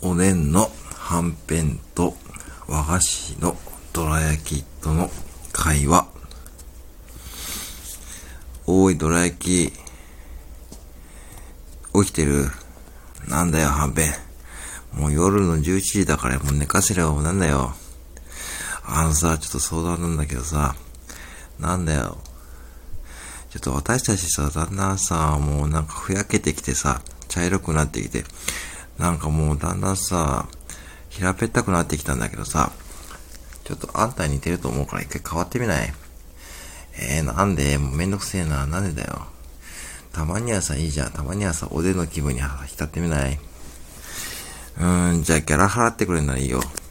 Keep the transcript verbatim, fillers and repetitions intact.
おでんのはんぺんと和菓子のどら焼きとの会話。おーい、どら焼き。起きてる？なんだよ、はんぺん。もう夜のじゅういちじだからもう寝かせればなんだよ。あのさ、ちょっと相談なんだけどさ、なんだよ。ちょっと私たちさ、だんだんさ、もうなんかふやけてきてさ、茶色くなってきて、なんかもうだんだんさ、平べったくなってきたんだけどさ、ちょっとあんたに似てると思うから一回変わってみない？えー、なんで？もうめんどくせえな。なんでだよ。たまにはさ、いいじゃん。たまにはさ、おでんの気分に浸ってみない？うーん、じゃあギャラ払ってくれるならいいよ。